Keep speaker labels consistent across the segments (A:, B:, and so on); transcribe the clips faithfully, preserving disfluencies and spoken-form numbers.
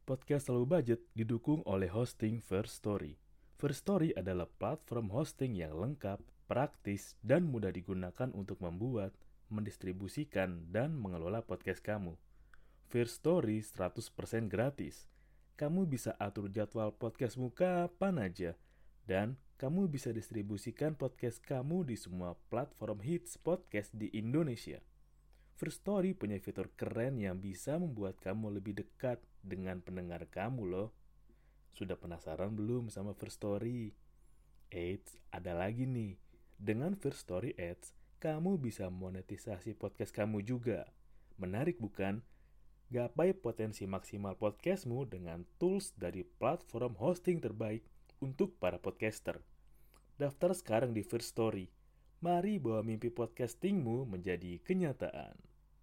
A: Podcast Selalu Budget didukung oleh hosting First Story. First Story adalah platform hosting yang lengkap, praktis, dan mudah digunakan untuk membuat, mendistribusikan, dan mengelola podcast kamu. First Story seratus persen gratis. Kamu bisa atur jadwal podcastmu kapan aja, dan kamu bisa distribusikan podcast kamu di semua platform hits podcast di Indonesia. First Story punya fitur keren yang bisa membuat kamu lebih dekat dengan pendengar kamu loh. Sudah penasaran belum sama First Story? Eits, ada lagi nih. Dengan First Story Ads, kamu bisa monetisasi podcast kamu juga. Menarik bukan? Gapai potensi maksimal podcastmu dengan tools dari platform hosting terbaik untuk para podcaster. Daftar sekarang di First Story. Mari bawa mimpi podcastingmu menjadi kenyataan.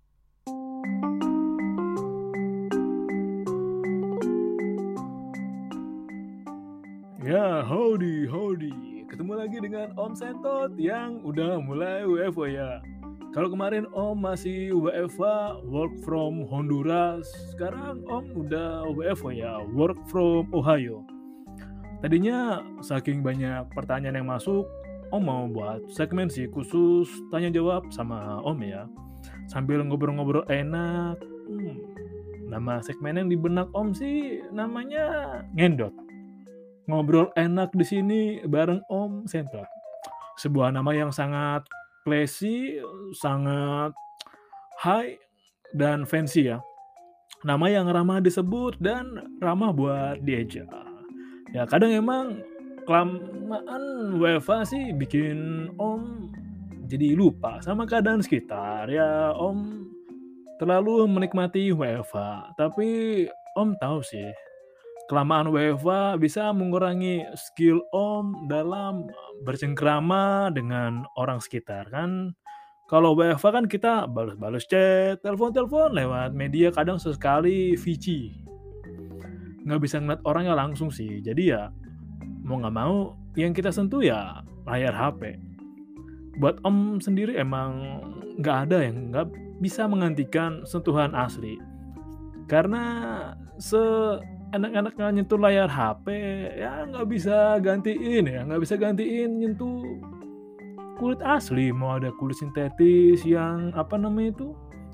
A: Ya, howdy, howdy. Ketemu lagi dengan Om Sentot yang udah mulai W F H ya. Kalau kemarin Om masih W F H, work from Honduras. Sekarang Om udah W F H ya, work from Ohio. Tadinya saking banyak pertanyaan yang masuk, Om mau buat segmen sih khusus tanya jawab sama Om ya. Sambil ngobrol-ngobrol enak. Hmm, nama segmen yang di benak Om sih namanya Ngendot. Ngobrol enak di sini bareng Om Sentot. Sebuah nama yang sangat classy, sangat high dan fancy ya. Nama yang ramah disebut dan ramah buat diejak. Ya kadang emang kelamaan W F H sih bikin Om jadi lupa sama keadaan sekitar. Ya Om terlalu menikmati W F H. Tapi Om tahu sih, kelamaan W F H bisa mengurangi skill Om dalam bercengkrama dengan orang sekitar kan. Kalau W F H kan kita balas-balas chat, telepon-telepon lewat media kadang sesekali V C. Nggak bisa ngeliat orangnya langsung sih. Jadi ya mau nggak mau yang kita sentuh ya layar H P. Buat Om sendiri emang nggak ada yang nggak bisa menggantikan sentuhan asli. Karena seenak-enaknya nyentuh layar H P ya nggak bisa gantiin ya, nggak bisa gantiin nyentuh kulit asli. Mau ada kulit sintetis yang apa namanya itu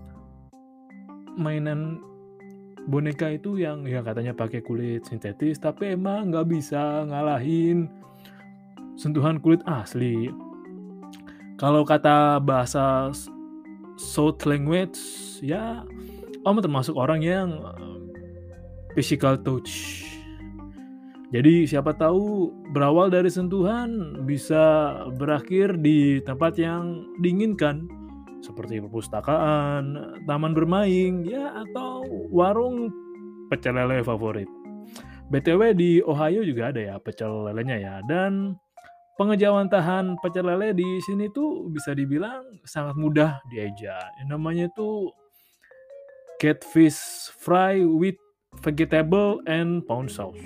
A: mainan boneka itu yang ya katanya pakai kulit sintetis, tapi emang nggak bisa ngalahin sentuhan kulit asli. Kalau kata bahasa South language ya Om termasuk orang yang physical touch. Jadi siapa tahu berawal dari sentuhan bisa berakhir di tempat yang diinginkan, seperti perpustakaan, taman bermain, ya atau warung pecel lele favorit. B T W di Ohio juga ada ya pecel lelenya ya, dan pengejawantahan pecel lele di sini tuh bisa dibilang sangat mudah diejak. Yang namanya tuh catfish fry with vegetable and pound sauce.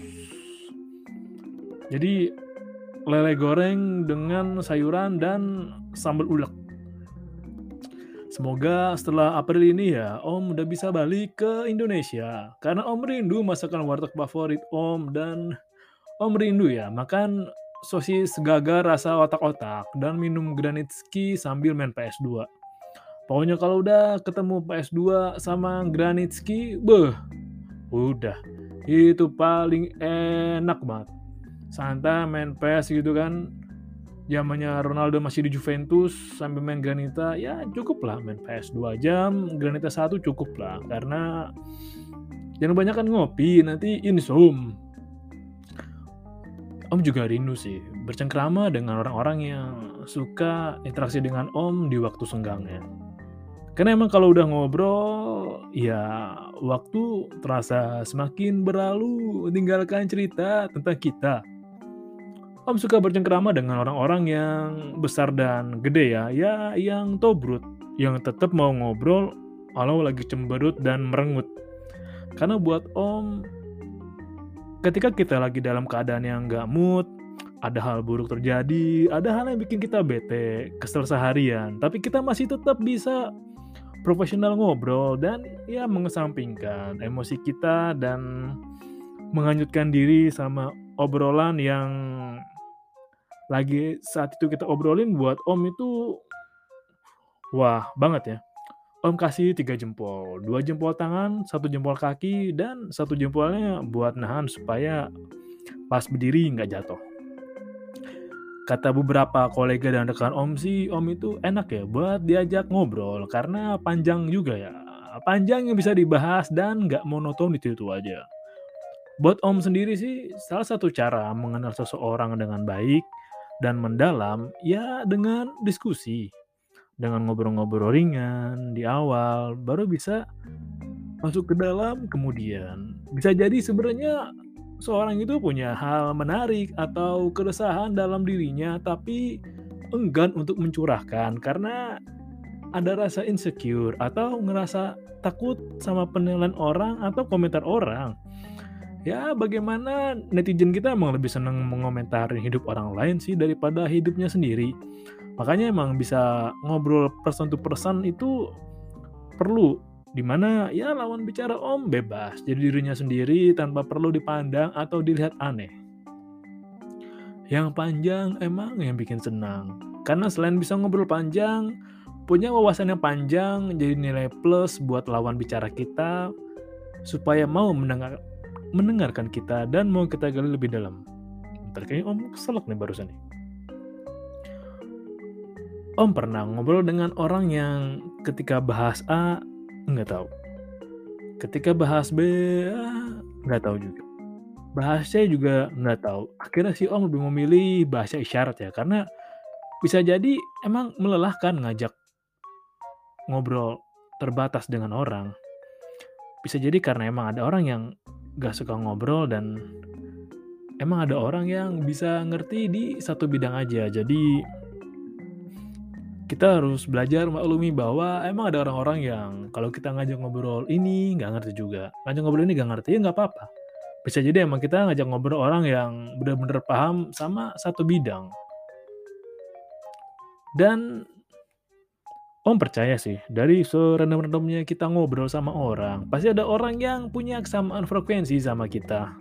A: Jadi lele goreng dengan sayuran dan sambal ulek. Semoga setelah April ini ya Om udah bisa balik ke Indonesia. Karena Om rindu masakan warteg favorit Om, dan Om rindu ya makan sosis gagar rasa otak-otak dan minum Granitsky sambil main P S dua. Pokoknya kalau udah ketemu P S dua sama Granitsky, beuh, udah itu paling enak banget. Santai main P S gitu kan. Zamannya Ronaldo masih di Juventus sambil main Granita, ya cukup lah main P S dua jam, Granita satu cukup lah. Karena jangan kebanyakan ngopi, nanti insomnia. Om juga rindu sih bercengkrama dengan orang-orang yang suka interaksi dengan Om di waktu senggangnya. Karena emang kalau udah ngobrol, ya waktu terasa semakin berlalu tinggalkan cerita tentang kita. Om suka bercengkrama dengan orang-orang yang besar dan gede ya, ya yang tobrut, yang tetap mau ngobrol walau lagi cemberut dan merengut. Karena buat Om, ketika kita lagi dalam keadaan yang gak mood, ada hal buruk terjadi, ada hal yang bikin kita bete, kesel seharian, tapi kita masih tetap bisa profesional ngobrol dan ya mengesampingkan emosi kita dan menghanyutkan diri sama obrolan yang lagi saat itu kita obrolin. Buat Om itu wah banget ya. Om kasih tiga jempol, dua jempol tangan, satu jempol kaki, dan satu jempolnya buat nahan supaya pas berdiri nggak jatuh. Kata beberapa kolega dan rekan Om sih, Om itu enak ya buat diajak ngobrol karena panjang juga ya. Panjang yang bisa dibahas dan nggak monoton itu-itu aja. Buat Om sendiri sih, salah satu cara mengenal seseorang dengan baik dan mendalam ya dengan diskusi. Dengan ngobrol-ngobrol ringan di awal, baru bisa masuk ke dalam kemudian. Bisa jadi sebenarnya seorang itu punya hal menarik atau keresahan dalam dirinya, tapi enggan untuk mencurahkan karena ada rasa insecure atau ngerasa takut sama penilaian orang atau komentar orang. Ya bagaimana netizen kita emang lebih senang mengomentari hidup orang lain sih daripada hidupnya sendiri. Makanya emang bisa ngobrol person to person itu perlu, dimana ya lawan bicara Om bebas jadi dirinya sendiri tanpa perlu dipandang atau dilihat aneh. Yang panjang emang yang bikin senang, karena selain bisa ngobrol panjang, punya wawasan yang panjang jadi nilai plus buat lawan bicara kita supaya mau mendengar, mendengarkan kita dan mau kita gali lebih dalam. Bentar, kayaknya Om keselak nih barusan nih. Om pernah ngobrol dengan orang yang ketika bahas A nggak tahu, ketika bahas B ah, nggak tahu juga, bahas C juga nggak tahu. Akhirnya si Om lebih memilih bahasa isyarat ya, karena bisa jadi emang melelahkan ngajak ngobrol terbatas dengan orang. Bisa jadi karena emang ada orang yang nggak suka ngobrol dan emang ada orang yang bisa ngerti di satu bidang aja. Jadi kita harus belajar maklumi bahwa emang ada orang-orang yang kalau kita ngajak ngobrol ini nggak ngerti juga. Ngajak ngobrol ini nggak ngerti, ya nggak apa-apa. Bisa jadi emang kita ngajak ngobrol orang yang benar-benar paham sama satu bidang. Dan Om percaya sih, dari serandom-randomnya kita ngobrol sama orang, pasti ada orang yang punya kesamaan frekuensi sama kita.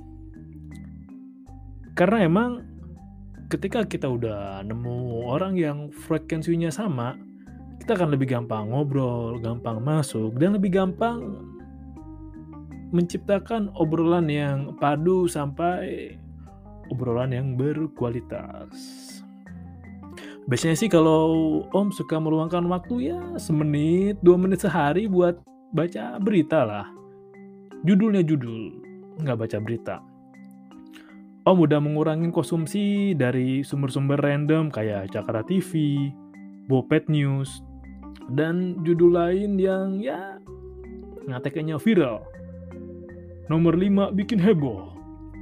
A: Karena emang ketika kita udah nemu orang yang frekuensinya sama, kita akan lebih gampang ngobrol, gampang masuk, dan lebih gampang menciptakan obrolan yang padu sampai obrolan yang berkualitas. Biasanya sih kalau Om suka meluangkan waktu ya semenit, dua menit sehari buat baca berita lah. Judulnya judul, nggak baca berita. Om udah mengurangi konsumsi dari sumber-sumber random kayak Jakarta T V, Bopet News, dan judul lain yang ya ngatekannya viral. Nomor lima bikin heboh.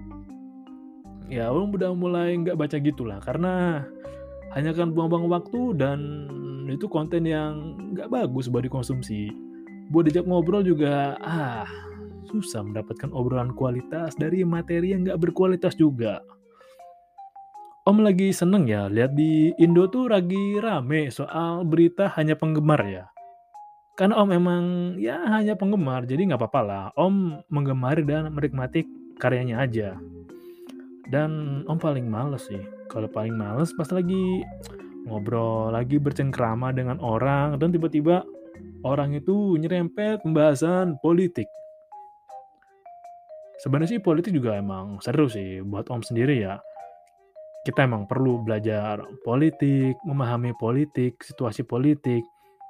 A: Ya Om udah mulai nggak baca gitulah, karena hanya kan buang-buang waktu dan itu konten yang nggak bagus buat dikonsumsi. Buat diajak ngobrol juga ah susah mendapatkan obrolan kualitas dari materi yang nggak berkualitas juga. Om lagi seneng ya lihat di Indo tuh lagi rame soal berita hanya penggemar ya. Karena Om emang ya hanya penggemar, jadi nggak apa-apa lah Om menggemari dan menikmati karyanya aja. Dan Om paling males sih, kalau paling males pas lagi ngobrol, lagi bercengkrama dengan orang dan tiba-tiba orang itu nyerempet pembahasan politik. Sebenarnya sih politik juga emang seru sih buat Om sendiri ya. Kita emang perlu belajar politik, memahami politik, situasi politik.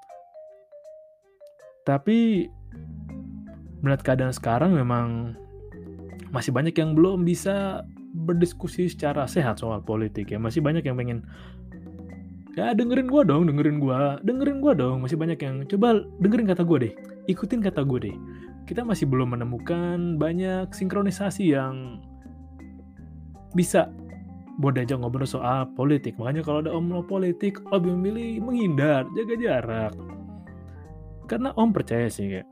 A: Tapi melihat keadaan sekarang memang masih banyak yang belum bisa berdiskusi secara sehat soal politik ya. Masih banyak yang pengen ya dengerin gue dong, dengerin gue, dengerin gue dong. Masih banyak yang coba dengerin kata gue deh, ikutin kata gue deh. Kita masih belum menemukan banyak sinkronisasi yang bisa buat diajak ngobrol soal politik. Makanya kalau ada Om politik, Om memilih menghindar, jaga jarak. Karena Om percaya sih kayak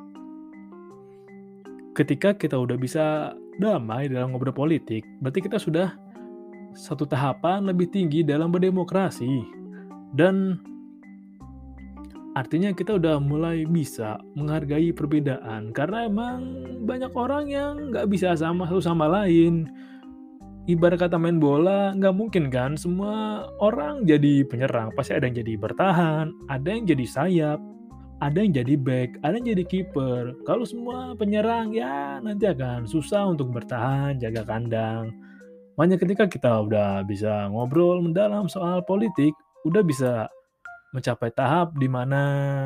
A: ketika kita udah bisa damai dalam ngobrol politik, berarti kita sudah satu tahapan lebih tinggi dalam berdemokrasi. Dan Artinya kita udah mulai bisa menghargai perbedaan, karena emang banyak orang yang nggak bisa sama satu sama lain. Ibarat kata main bola, nggak mungkin kan semua orang jadi penyerang, pasti ada yang jadi bertahan, ada yang jadi sayap, ada yang jadi back, ada yang jadi kiper. Kalau semua penyerang, ya nanti akan susah untuk bertahan, jaga kandang. Makanya ketika kita udah bisa ngobrol mendalam soal politik, udah bisa mencapai tahap di mana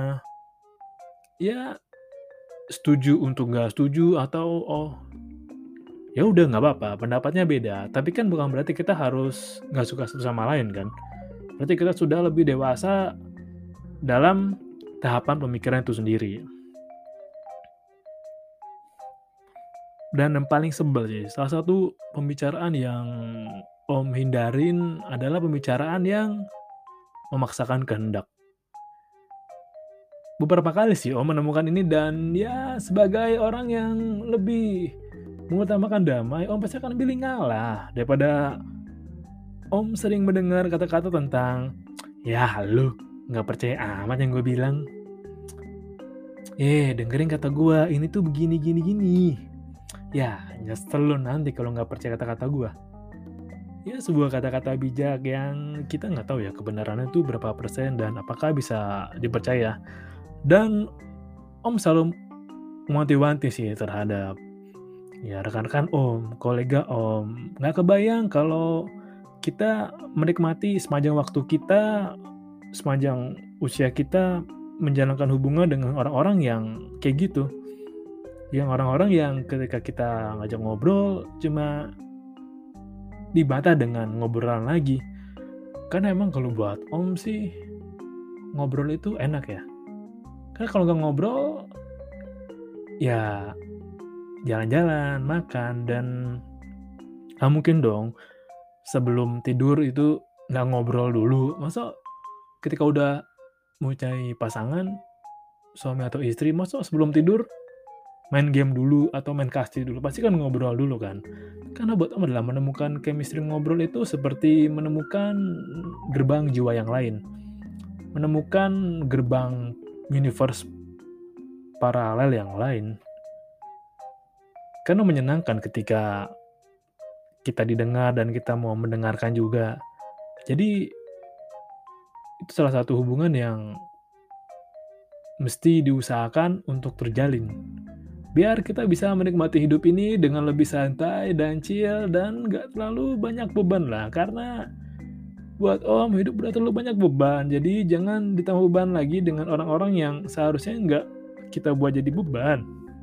A: ya setuju untuk nggak setuju atau oh ya udah nggak apa-apa, pendapatnya beda. Tapi kan bukan berarti kita harus nggak suka satu sama lain kan. Berarti kita sudah lebih dewasa dalam tahapan pemikiran itu sendiri. Dan yang paling sebel sih, salah satu pembicaraan yang Om hindarin adalah pembicaraan yang memaksakan kehendak. Beberapa kali sih Om menemukan ini, dan ya sebagai orang yang lebih mengutamakan damai, Om pasti akan pilih ngalah daripada Om sering mendengar kata-kata tentang ya lu nggak percaya amat yang gue bilang. Eh dengerin kata gue, ini tuh begini gini gini. Ya nyesel lu nanti kalau nggak percaya kata-kata gue. Ya sebuah kata-kata bijak yang kita nggak tahu ya kebenarannya itu berapa persen dan apakah bisa dipercaya. Dan Om selalu mewanti-wanti sih terhadap ya rekan-rekan Om, kolega Om. Nggak kebayang kalau kita menikmati sepanjang waktu kita, sepanjang usia kita menjalankan hubungan dengan orang-orang yang kayak gitu. Yang orang-orang yang ketika kita ngajak ngobrol cuma dibantah dengan ngobrolan lagi. Karena emang kalau buat Om sih ngobrol itu enak ya. Karena kalau nggak ngobrol ya jalan-jalan, makan, dan nggak mungkin dong sebelum tidur itu nggak ngobrol dulu. Masa ketika udah mau cari pasangan, suami atau istri, masa sebelum tidur main game dulu atau main kasih dulu? Pasti kan ngobrol dulu kan. Karena buat Om adalah menemukan chemistry ngobrol itu seperti menemukan gerbang jiwa yang lain. Menemukan gerbang universe paralel yang lain. Karena menyenangkan ketika kita didengar dan kita mau mendengarkan juga. Jadi itu salah satu hubungan yang mesti diusahakan untuk terjalin. Biar kita bisa menikmati hidup ini dengan lebih santai dan chill dan gak terlalu banyak beban lah. Karena buat Om hidup udah terlalu banyak beban. Jadi jangan ditambah beban lagi dengan orang-orang yang seharusnya gak kita buat jadi beban.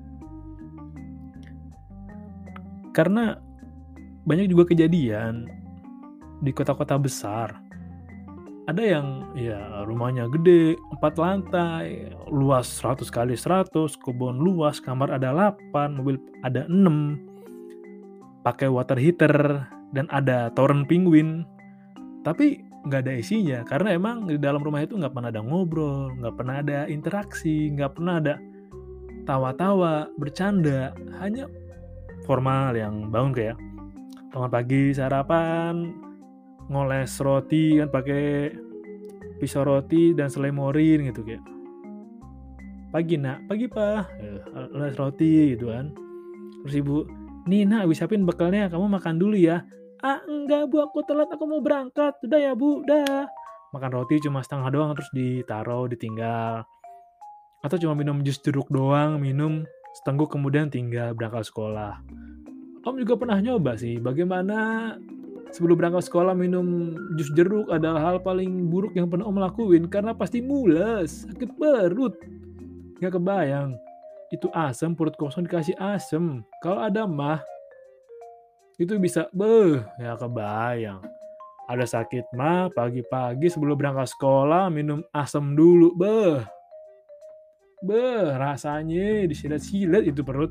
A: Karena banyak juga kejadian di kota-kota besar. Ada yang ya rumahnya gede, empat lantai, luas seratus kali seratus, kebun luas, kamar ada delapan, mobil ada enam, pakai water heater, dan ada toren penguin. Tapi nggak ada isinya, karena emang di dalam rumah itu nggak pernah ada ngobrol, nggak pernah ada interaksi, nggak pernah ada tawa-tawa, bercanda, hanya formal yang bangun kayak bangun pagi sarapan, ngoles roti kan pakai pisau roti dan selemorin gitu kayak pagi nak pagi pak eh, ngoles roti gitu kan. Terus ibu, nih nak habis siapin bekalnya, kamu makan dulu ya. Ah enggak bu, aku telat, aku mau berangkat. Udah ya bu, udah. Makan roti cuma setengah doang terus ditaruh ditinggal. Atau cuma minum jus jeruk doang, minum setengguk kemudian tinggal berangkat sekolah. Om juga pernah nyoba sih bagaimana sebelum berangkat sekolah minum jus jeruk adalah hal paling buruk yang pernah Om lakuin, karena pasti mules, sakit perut. Gak kebayang, itu asam, perut kosong dikasih asam. Kalau ada mah, itu bisa, beuh, ya kebayang. Ada sakit mah, pagi-pagi sebelum berangkat sekolah minum asam dulu, beuh. Beuh, rasanya disilet-silet itu perut.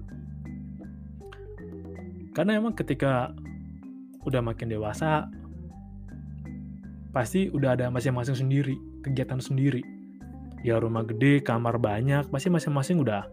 A: Karena emang ketika udah makin dewasa, pasti udah ada masing-masing sendiri, kegiatan sendiri. Ya rumah gede, kamar banyak, pasti masing-masing udah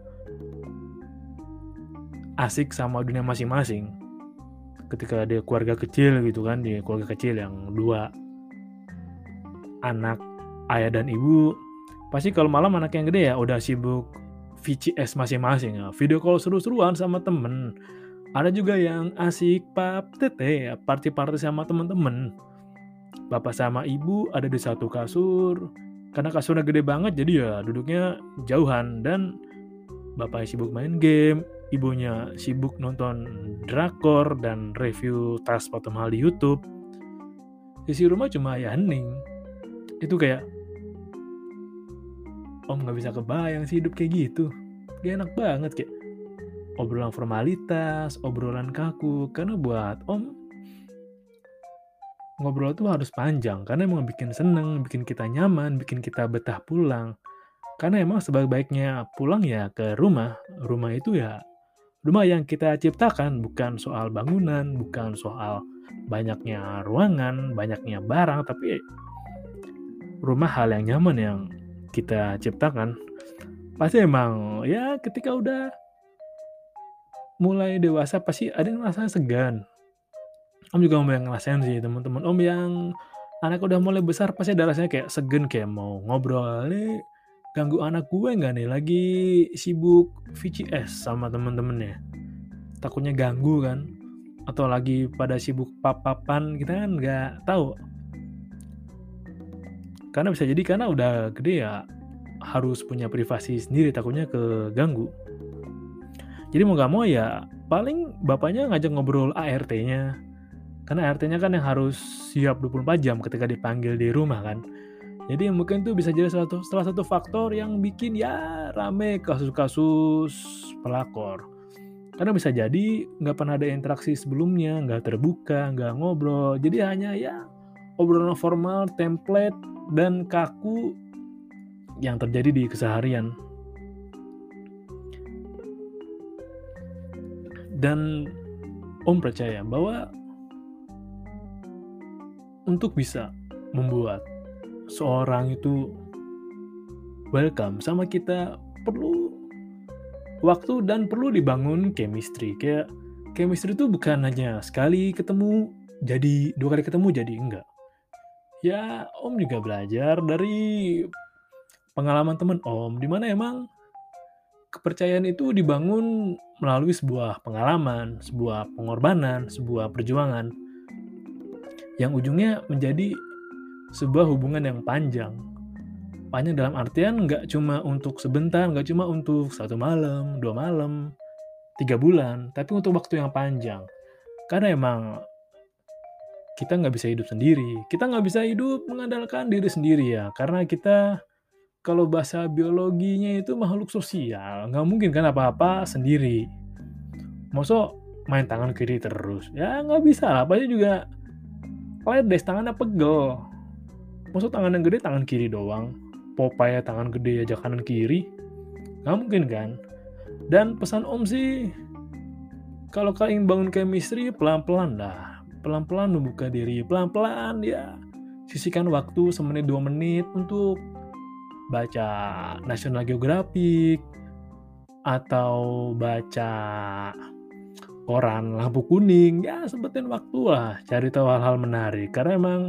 A: asik sama dunia masing-masing. Ketika ada keluarga kecil gitu kan, di keluarga kecil yang dua anak, ayah dan ibu, Pasti kalau malam anak yang gede ya udah sibuk V C S masing-masing ya, video call seru-seruan sama temen. Ada juga yang asik pap tete ya, party-party sama temen-temen. Bapak sama ibu ada di satu kasur. Karena kasurnya gede banget jadi ya duduknya jauhan, dan bapaknya sibuk main game, ibunya sibuk nonton drakor dan review tas foto mahal di YouTube. Isi rumah cuma ya hening. Itu kayak, Om gak bisa kebayang sih hidup kayak gitu. Gak enak banget, kayak obrolan formalitas, obrolan kaku. Karena buat Om, ngobrol tuh harus panjang. Karena emang bikin seneng, bikin kita nyaman, bikin kita betah pulang. Karena emang sebaik-baiknya pulang ya ke rumah. Rumah itu ya rumah yang kita ciptakan. Bukan soal bangunan, bukan soal banyaknya ruangan, banyaknya barang. Tapi rumah hal yang nyaman yang kita ciptakan. Pasti emang ya ketika udah mulai dewasa pasti ada yang ngerasa segan. Om juga mau yang ngerasain sih teman-teman. Om yang anak udah mulai besar pasti ada rasanya kayak segan, kayak mau ngobrol nih, ganggu anak gue nggak nih lagi sibuk V C S sama temen-temennya, takutnya ganggu kan, atau lagi pada sibuk pap-papan, kita kan nggak tahu. Karena bisa jadi karena udah gede ya harus punya privasi sendiri, takutnya keganggu. Jadi mau gak mau ya paling bapaknya ngajak ngobrol A R T-nya. Karena A R T-nya kan yang harus siap dua puluh empat jam ketika dipanggil di rumah kan. Jadi mungkin itu bisa jadi salah satu, salah satu faktor yang bikin ya rame kasus-kasus pelakor. Karena bisa jadi nggak pernah ada interaksi sebelumnya, nggak terbuka, nggak ngobrol. Jadi hanya ya obrolan formal, template, dan kaku yang terjadi di keseharian. Dan Om percaya bahwa untuk bisa membuat seorang itu welcome sama kita perlu waktu dan perlu dibangun chemistry. Kayak chemistry itu bukan hanya sekali ketemu jadi, dua kali ketemu jadi, enggak. Ya Om juga belajar dari pengalaman teman Om, dimana emang kepercayaan itu dibangun melalui sebuah pengalaman, sebuah pengorbanan, sebuah perjuangan yang ujungnya menjadi sebuah hubungan yang panjang. Panjang dalam artian nggak cuma untuk sebentar, nggak cuma untuk satu malam, dua malam, tiga bulan, tapi untuk waktu yang panjang. Karena emang kita nggak bisa hidup sendiri. Kita nggak bisa hidup mengandalkan diri sendiri ya. Karena kita, kalau bahasa biologinya itu makhluk sosial. Nggak mungkin kan apa-apa sendiri. Masa main tangan kiri terus? Ya nggak bisa lah. Pasti juga ledes, tangannya pegel. Masa tangan yang gede tangan kiri doang? Popeye tangan gede aja kanan kiri? Nggak mungkin kan? Dan pesan Om sih, kalau kalian bangun chemistry, pelan-pelan lah. Pelan-pelan membuka diri, pelan-pelan ya. Sisihkan waktu semenit dua menit untuk baca National Geographic atau baca koran lampu kuning. Ya sempetin waktu lah, cari tahu hal-hal menarik. Karena emang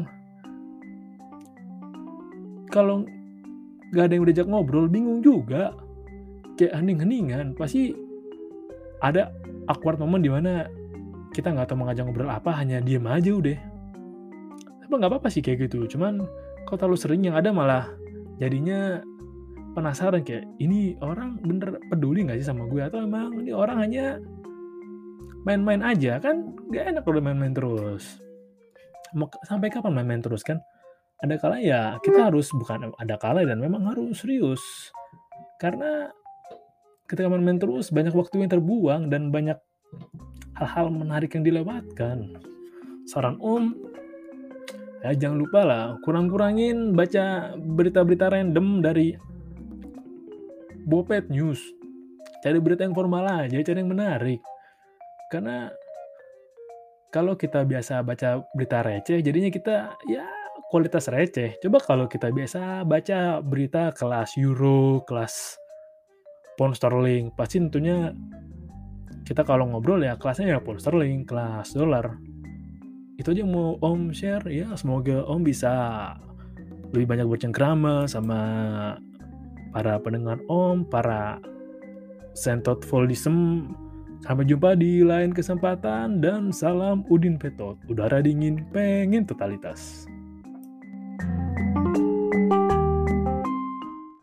A: kalau gak ada yang diajak ngobrol, bingung juga. Kayak hening-heningan, pasti ada awkward moment di mana kita nggak tahu mengajak ngobrol apa, hanya diem aja udah. Tapi nggak apa-apa sih kayak gitu. Cuman kalau terlalu sering yang ada malah jadinya penasaran, kayak ini orang bener peduli nggak sih sama gue, atau emang ini orang hanya main-main aja. Kan nggak enak kalau main-main terus. Mau sampai kapan main-main terus kan? Ada kala ya kita harus, bukan ada kala dan memang harus serius. Karena ketika main-main terus banyak waktu yang terbuang dan banyak hal-hal menarik yang dilewatkan. Saran Om, ya jangan lupa lah, kurang-kurangin baca berita-berita random dari Bopet News. Cari berita yang formal aja, cari yang menarik. Karena kalau kita biasa baca berita receh, jadinya kita ya kualitas receh. Coba kalau kita biasa baca berita kelas euro, kelas pound sterling, pasti tentunya kita kalau ngobrol ya kelasnya ya pound sterling, kelas dolar. Itu aja yang mau Om share ya. Semoga Om bisa lebih banyak bercengkrama sama para pendengar Om, para Sentot Voldism. Sampai jumpa di lain kesempatan dan salam Udin Petot. Udara dingin, pengen totalitas.